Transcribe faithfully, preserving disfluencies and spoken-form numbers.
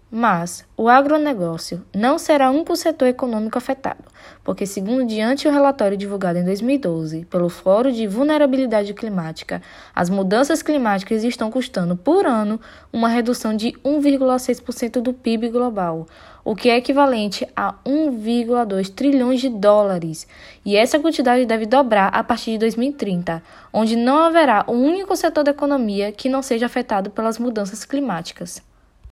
Mas o agronegócio não será o único setor econômico afetado, porque, segundo diante o relatório divulgado em dois mil e doze pelo Fórum de Vulnerabilidade Climática, as mudanças climáticas estão custando, por ano, uma redução de um vírgula seis por cento do P I B global, o que é equivalente a um vírgula dois trilhões de dólares. E essa quantidade deve dobrar a partir de dois mil e trinta, onde não haverá um único setor da economia que não seja afetado pelas mudanças climáticas.